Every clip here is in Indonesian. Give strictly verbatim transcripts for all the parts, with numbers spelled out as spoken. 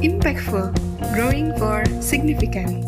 Impactful, growing for significance.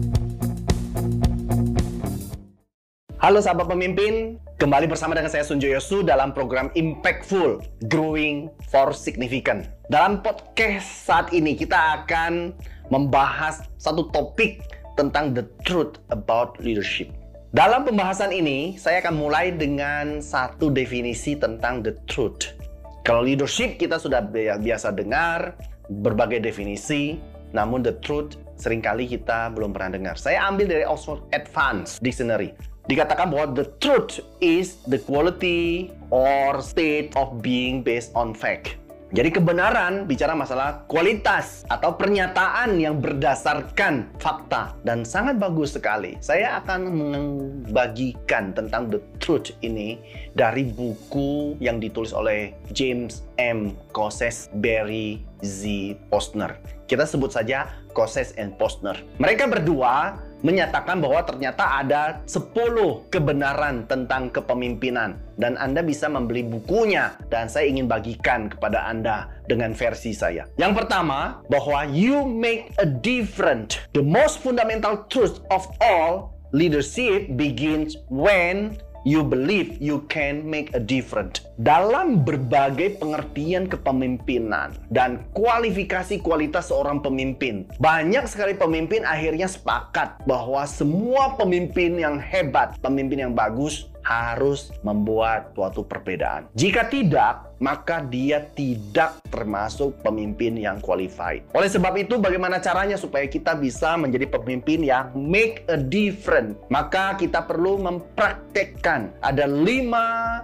Halo sahabat pemimpin, kembali bersama dengan saya Sunjo Yosu dalam program Impactful, Growing for Significance. Dalam podcast saat ini kita akan membahas satu topik tentang the truth about leadership. Dalam pembahasan ini, saya akan mulai dengan satu definisi tentang the truth. Kalau leadership kita sudah biasa dengar berbagai definisi, namun the truth seringkali kita belum pernah dengar. Saya ambil dari Oxford Advanced Dictionary. Dikatakan bahwa the truth is the quality or state of being based on fact. Jadi kebenaran bicara masalah kualitas atau pernyataan yang berdasarkan fakta, dan sangat bagus sekali. Saya akan membagikan tentang the truth ini dari buku yang ditulis oleh James M. Koses, Barry Z. Posner. Kita sebut saja Koses and Posner. Mereka berdua menyatakan bahwa ternyata ada sepuluh kebenaran tentang kepemimpinan, dan Anda bisa membeli bukunya, dan saya ingin bagikan kepada Anda dengan versi saya. Yang pertama, bahwa you make a difference. The most fundamental truth of all, leadership begins when you believe you can make a difference. Dalam berbagai pengertian kepemimpinan dan kualifikasi kualitas seorang pemimpin, banyak sekali pemimpin akhirnya sepakat bahwa semua pemimpin yang hebat, pemimpin yang bagus, harus membuat suatu perbedaan. Jika tidak, maka dia tidak termasuk pemimpin yang qualified. Oleh sebab itu, bagaimana caranya supaya kita bisa menjadi pemimpin yang make a difference? Maka kita perlu mempraktekkan ada lima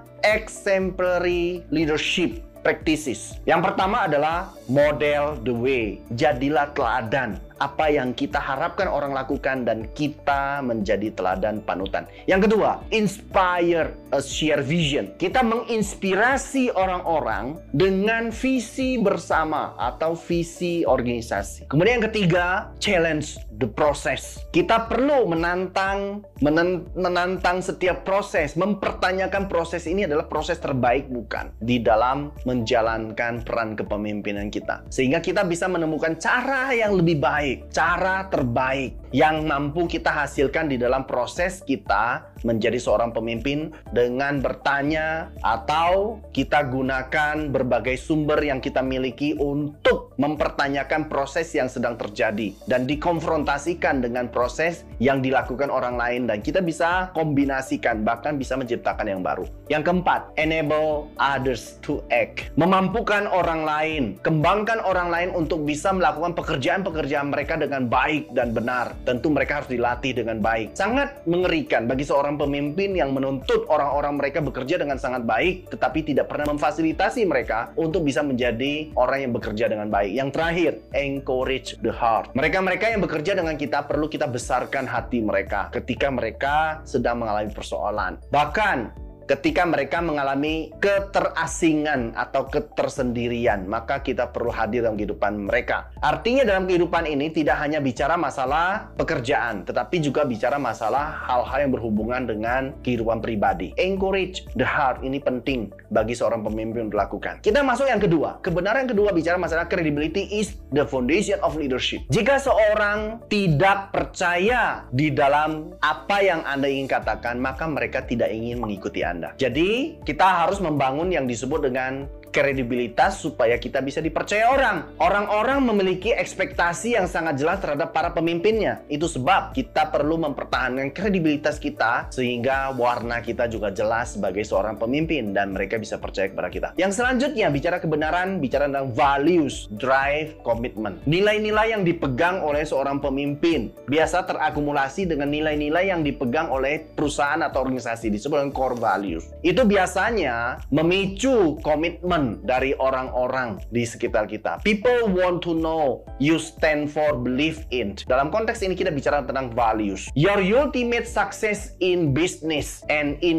exemplary leadership practices. Yang pertama adalah model the way. Jadilah teladan. Apa yang kita harapkan orang lakukan dan kita menjadi teladan panutan. Yang kedua, inspire a share vision. Kita menginspirasi orang-orang dengan visi bersama atau visi organisasi. Kemudian yang ketiga, challenge the process. Kita perlu menantang menen, menantang setiap proses, mempertanyakan proses ini adalah proses terbaik bukan di dalam menjalankan peran kepemimpinan kita. Sehingga kita bisa menemukan cara yang lebih baik, cara terbaik yang mampu kita hasilkan di dalam proses kita menjadi seorang pemimpin dengan bertanya atau kita gunakan berbagai sumber yang kita miliki untuk mempertanyakan proses yang sedang terjadi dan dikonfrontasikan dengan proses yang dilakukan orang lain, dan kita bisa kombinasikan bahkan bisa menciptakan yang baru. Yang keempat, enable others to act. Memampukan orang lain, kembangkan orang lain untuk bisa melakukan pekerjaan-pekerjaan mereka dengan baik dan benar. Tentu mereka harus dilatih dengan baik. Sangat mengerikan bagi seorang pemimpin yang menuntut orang-orang mereka bekerja dengan sangat baik, tetapi tidak pernah memfasilitasi mereka untuk bisa menjadi orang yang bekerja dengan baik. Yang terakhir, encourage the heart. Mereka-mereka yang bekerja dengan kita, perlu kita besarkan hati mereka ketika mereka sedang mengalami persoalan. Bahkan ketika mereka mengalami keterasingan atau ketersendirian, maka kita perlu hadir dalam kehidupan mereka. Artinya dalam kehidupan ini tidak hanya bicara masalah pekerjaan, tetapi juga bicara masalah hal-hal yang berhubungan dengan kehidupan pribadi. Encourage the heart ini penting bagi seorang pemimpin untuk lakukan. Kita masuk yang kedua. Kebenaran yang kedua bicara masalah credibility is the foundation of leadership. Jika seorang tidak percaya di dalam apa yang Anda ingin katakan, maka mereka tidak ingin mengikuti Anda. Jadi kita harus membangun yang disebut dengan kredibilitas supaya kita bisa dipercaya orang. Orang-orang memiliki ekspektasi yang sangat jelas terhadap para pemimpinnya. Itu sebab kita perlu mempertahankan kredibilitas kita sehingga warna kita juga jelas sebagai seorang pemimpin dan mereka bisa percaya kepada kita. Yang selanjutnya bicara kebenaran, bicara tentang values, drive, commitment. Nilai-nilai yang dipegang oleh seorang pemimpin biasa terakumulasi dengan nilai-nilai yang dipegang oleh perusahaan atau organisasi, disebut dengan core values. Itu biasanya memicu komitmen dari orang-orang di sekitar kita. People want to know you stand for, believe in. Dalam konteks ini kita bicara tentang values. Your ultimate success in business and in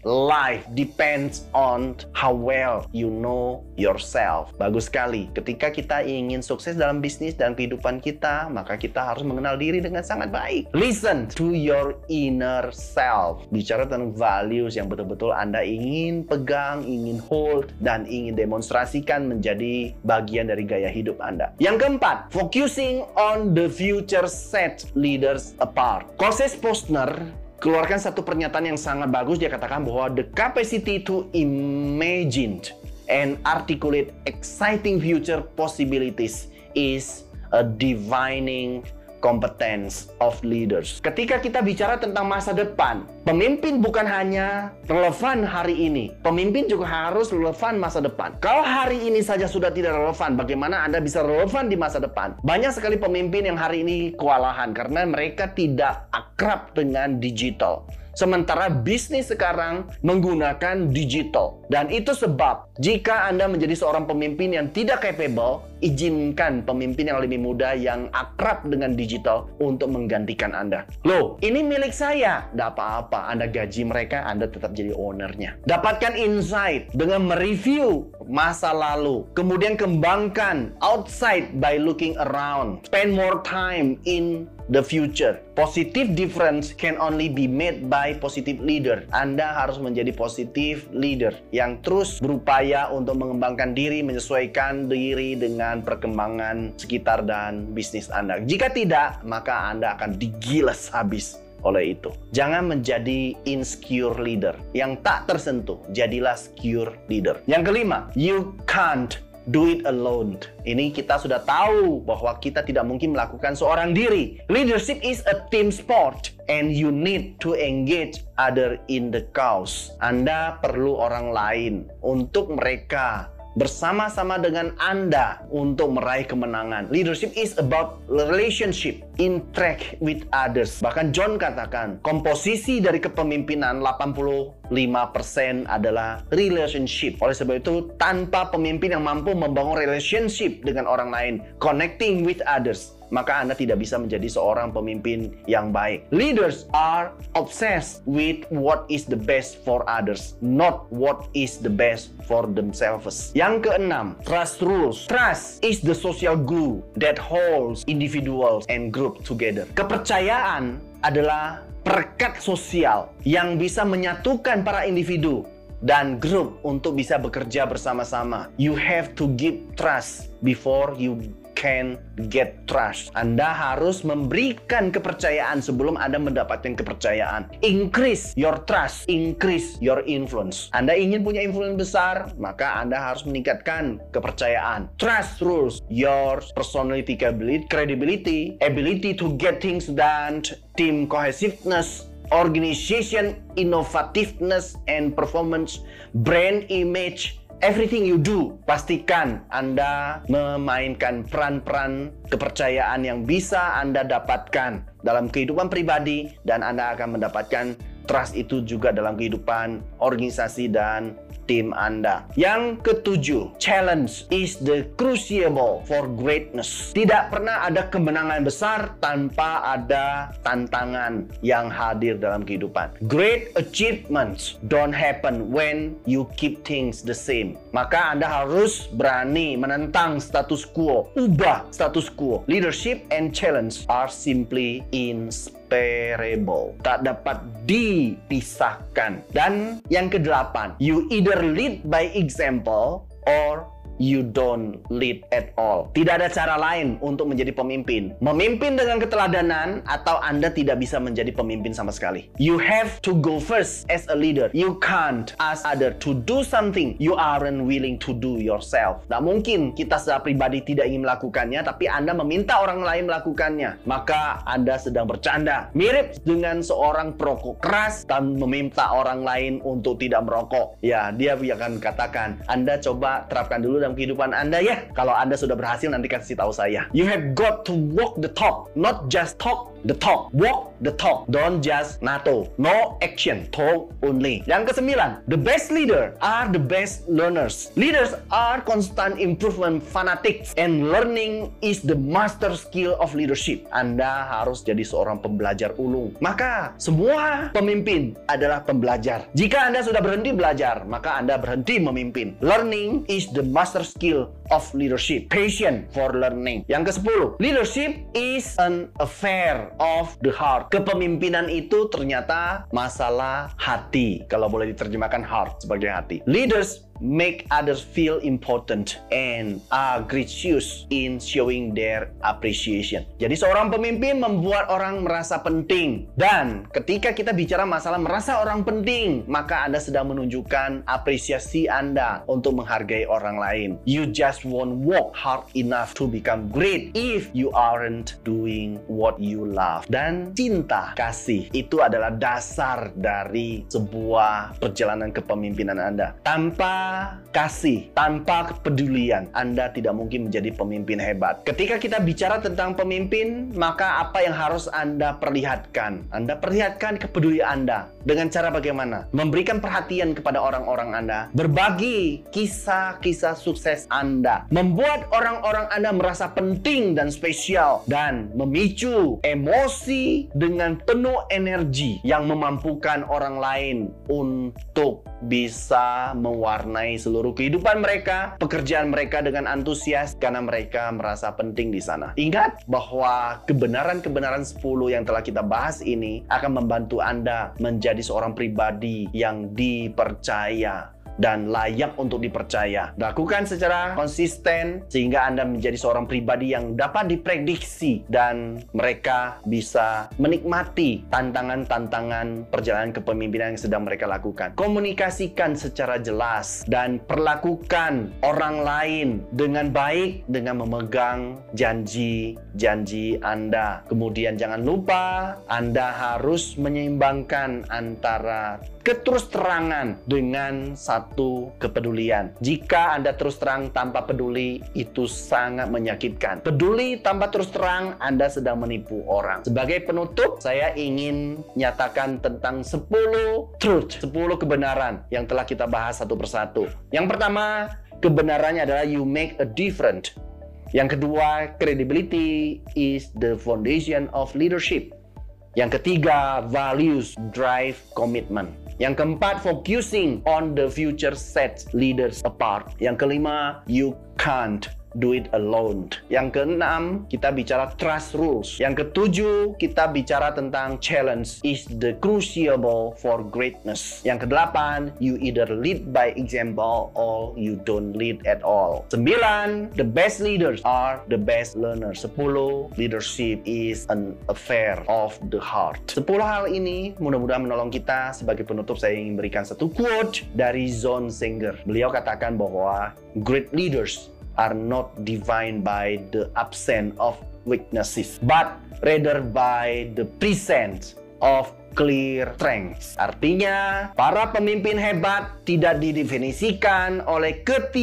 life depends on how well you know yourself. Bagus sekali. Ketika kita ingin sukses dalam bisnis dan kehidupan kita, maka kita harus mengenal diri dengan sangat baik. Listen to your inner self. Bicara tentang values yang betul-betul Anda ingin pegang, ingin hold, dan ingin demonstrasikan menjadi bagian dari gaya hidup Anda. Yang keempat, focusing on the future sets leaders apart. Kosses Posner keluarkan satu pernyataan yang sangat bagus. Dia katakan bahwa the capacity to imagine and articulate exciting future possibilities is a defining competence of leaders. Ketika kita bicara tentang masa depan, pemimpin bukan hanya relevan hari ini, pemimpin juga harus relevan masa depan. Kalau hari ini saja sudah tidak relevan, bagaimana Anda bisa relevan di masa depan? Banyak sekali pemimpin yang hari ini kewalahan karena mereka tidak akrab dengan digital. Sementara bisnis sekarang menggunakan digital. Dan itu sebab jika Anda menjadi seorang pemimpin yang tidak capable, izinkan pemimpin yang lebih muda yang akrab dengan digital untuk menggantikan Anda. Loh, ini milik saya. Tidak apa-apa, Anda gaji mereka, Anda tetap jadi ownernya. Dapatkan insight dengan mereview masa lalu. Kemudian kembangkan outside by looking around. Spend more time in the future. Positive difference can only be made by positive leader. Anda harus menjadi positive leader yang terus berupaya untuk mengembangkan diri, menyesuaikan diri dengan perkembangan sekitar dan bisnis Anda. Jika tidak, maka Anda akan digilas habis oleh itu. Jangan menjadi insecure leader yang tak tersentuh. Jadilah secure leader. Yang kelima, you can't do it alone. Ini kita sudah tahu bahwa kita tidak mungkin melakukan seorang diri. Leadership is a team sport and you need to engage other in the cause. Anda perlu orang lain untuk mereka bersama-sama dengan Anda untuk meraih kemenangan. Leadership is about relationship, interact with others. Bahkan John katakan, komposisi dari kepemimpinan delapan puluh lima persen adalah relationship. Oleh sebab itu, tanpa pemimpin yang mampu membangun relationship dengan orang lain, connecting with others, maka Anda tidak bisa menjadi seorang pemimpin yang baik. Leaders are obsessed with what is the best for others, not what is the best for themselves. Yang keenam, trust rules. Trust is the social glue that holds individuals and group together. Kepercayaan adalah perekat sosial yang bisa menyatukan para individu dan grup untuk bisa bekerja bersama-sama. You have to give trust before you can get trust. Anda harus memberikan kepercayaan sebelum Anda mendapatkan kepercayaan. Increase your trust, increase your influence. Anda ingin punya influence besar, maka Anda harus meningkatkan kepercayaan. Trust rules your personality, credibility, ability to get things done, team cohesiveness, organization innovativeness and performance, brand image. Everything you do, pastikan Anda memainkan peran-peran kepercayaan yang bisa Anda dapatkan dalam kehidupan pribadi, dan Anda akan mendapatkan trust itu juga dalam kehidupan organisasi dan tim Anda. Yang ketujuh, challenge is the crucible for greatness. Tidak pernah ada kemenangan besar tanpa ada tantangan yang hadir dalam kehidupan. Great achievements don't happen when you keep things the same. Maka Anda harus berani menentang status quo, ubah status quo. Leadership and challenge are simply inseparable. Tak dapat dipisahkan. Dan yang kedelapan, you either lead by example or you don't lead at all. Tidak ada cara lain untuk menjadi pemimpin. Memimpin dengan keteladanan atau Anda tidak bisa menjadi pemimpin sama sekali. You have to go first as a leader. You can't ask other to do something you aren't willing to do yourself. Tidak mungkin kita secara pribadi tidak ingin melakukannya, tapi Anda meminta orang lain melakukannya, maka Anda sedang bercanda. Mirip dengan seorang perokok keras dan meminta orang lain untuk tidak merokok. Ya, dia akan katakan, Anda coba terapkan dulu dalam kehidupan Anda ya. Kalau Anda sudah berhasil, nanti kasih tahu saya. You have got to walk the talk, not just talk the talk. Walk the talk, don't just NATO. No action, talk only. Yang kesembilan, the best leader are the best learners. Leaders are constant improvement fanatics, and learning is the master skill of leadership. Anda harus jadi seorang pembelajar ulung. Maka semua pemimpin adalah pembelajar. Jika Anda sudah berhenti belajar, maka Anda berhenti memimpin. Learning is the master skill of leadership. Patient for learning. Yang kesepuluh, leadership is an affair of the heart. Kepemimpinan itu ternyata masalah hati. Kalau boleh diterjemahkan heart sebagai hati. Leaders make others feel important and are gracious in showing their appreciation. Jadi seorang pemimpin membuat orang merasa penting. Dan ketika kita bicara masalah merasa orang penting, maka Anda sedang menunjukkan apresiasi Anda untuk menghargai orang lain. You just won't work hard enough to become great if you aren't doing what you love. Dan cinta, kasih, itu adalah dasar dari sebuah perjalanan kepemimpinan Anda. Tanpa kasih, tanpa kepedulian, Anda tidak mungkin menjadi pemimpin hebat. Ketika kita bicara tentang pemimpin, maka apa yang harus Anda perlihatkan? Anda perlihatkan kepedulian Anda. Dengan cara bagaimana? Memberikan perhatian kepada orang-orang Anda. Berbagi kisah-kisah sukses Anda. Membuat orang-orang Anda merasa penting dan spesial. Dan memicu emosi dengan penuh energi yang memampukan orang lain untuk bisa mewarnai seluruh kehidupan mereka, pekerjaan mereka dengan antusias karena mereka merasa penting di sana. Ingat bahwa kebenaran-kebenaran sepuluh yang telah kita bahas ini akan membantu Anda menjadi seorang pribadi yang dipercaya dan layak untuk dipercaya. Lakukan secara konsisten sehingga Anda menjadi seorang pribadi yang dapat diprediksi dan mereka bisa menikmati tantangan-tantangan perjalanan kepemimpinan yang sedang mereka lakukan. Komunikasikan secara jelas dan perlakukan orang lain dengan baik dengan memegang janji-janji Anda. Kemudian jangan lupa Anda harus menyeimbangkan antara keterus terangan dengan satu kepedulian. Jika Anda terus terang tanpa peduli, itu sangat menyakitkan. Peduli tanpa terus terang, Anda sedang menipu orang. Sebagai penutup, saya ingin nyatakan tentang sepuluh truth, sepuluh kebenaran yang telah kita bahas satu persatu. Yang pertama, kebenarannya adalah you make a difference. Yang kedua, credibility is the foundation of leadership. Yang ketiga, values drive commitment. Yang keempat, focusing on the future sets leaders apart. Yang kelima, you can't do it alone. Yang keenam, kita bicara trust rules. Yang ketujuh, kita bicara tentang challenge is the crucible for greatness. Yang kedelapan, you either lead by example or you don't lead at all. Sembilan, the best leaders are the best learners. Sepuluh, leadership is an affair of the heart. Sepuluh hal ini mudah-mudahan menolong kita. Sebagai penutup, saya ingin berikan satu quote dari John Singer. Beliau katakan bahwa great leaders are not defined by the absence of weaknesses, but rather by the presence of clear strength. Artinya, para pemimpin hebat tidak didefinisikan oleh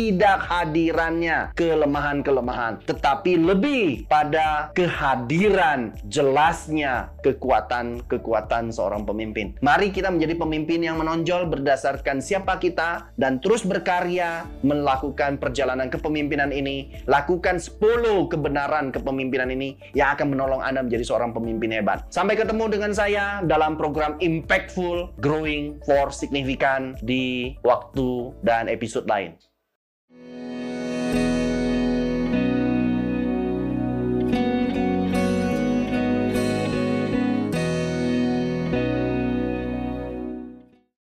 ketidakhadirannya kelemahan-kelemahan, tetapi lebih pada kehadiran jelasnya kekuatan-kekuatan seorang pemimpin. Mari kita menjadi pemimpin yang menonjol berdasarkan siapa kita dan terus berkarya melakukan perjalanan kepemimpinan ini. Lakukan sepuluh kebenaran kepemimpinan ini yang akan menolong Anda menjadi seorang pemimpin hebat. Sampai ketemu dengan saya dalam program Impactful Growing for Significant di waktu dan episode lain.